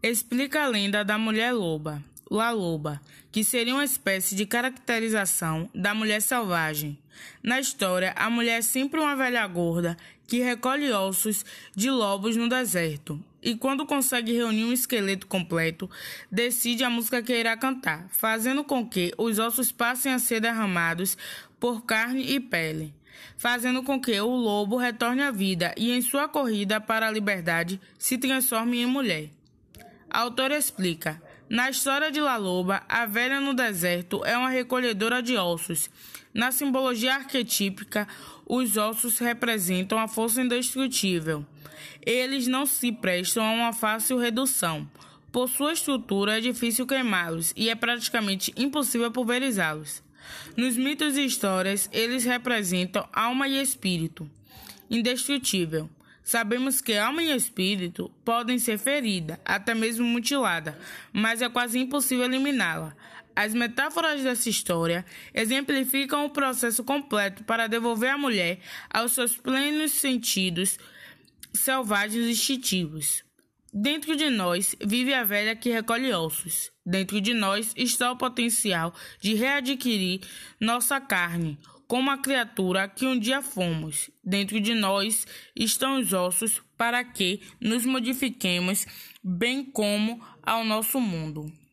explica a lenda da mulher loba, La Loba, que seria uma espécie de caracterização da mulher selvagem. Na história, a mulher é sempre uma velha gorda que recolhe ossos de lobos no deserto e, quando consegue reunir um esqueleto completo, decide a música que irá cantar, fazendo com que os ossos passem a ser derramados por carne e pele, fazendo com que o lobo retorne à vida e, em sua corrida para a liberdade, se transforme em mulher. A autora explica: na história de La Loba, a velha no deserto é uma recolhedora de ossos. Na simbologia arquetípica, os ossos representam a força indestrutível. Eles não se prestam a uma fácil redução. Por sua estrutura, é difícil queimá-los e é praticamente impossível pulverizá-los. Nos mitos e histórias, eles representam alma e espírito. Indestrutível. Sabemos que alma e espírito podem ser feridas, até mesmo mutiladas, mas é quase impossível eliminá-la. As metáforas dessa história exemplificam o processo completo para devolver a mulher aos seus plenos sentidos selvagens e instintivos. Dentro de nós vive a velha que recolhe ossos. Dentro de nós está o potencial de readquirir nossa carne, como a criatura que um dia fomos. Dentro de nós estão os ossos para que nos modifiquemos, bem como ao nosso mundo.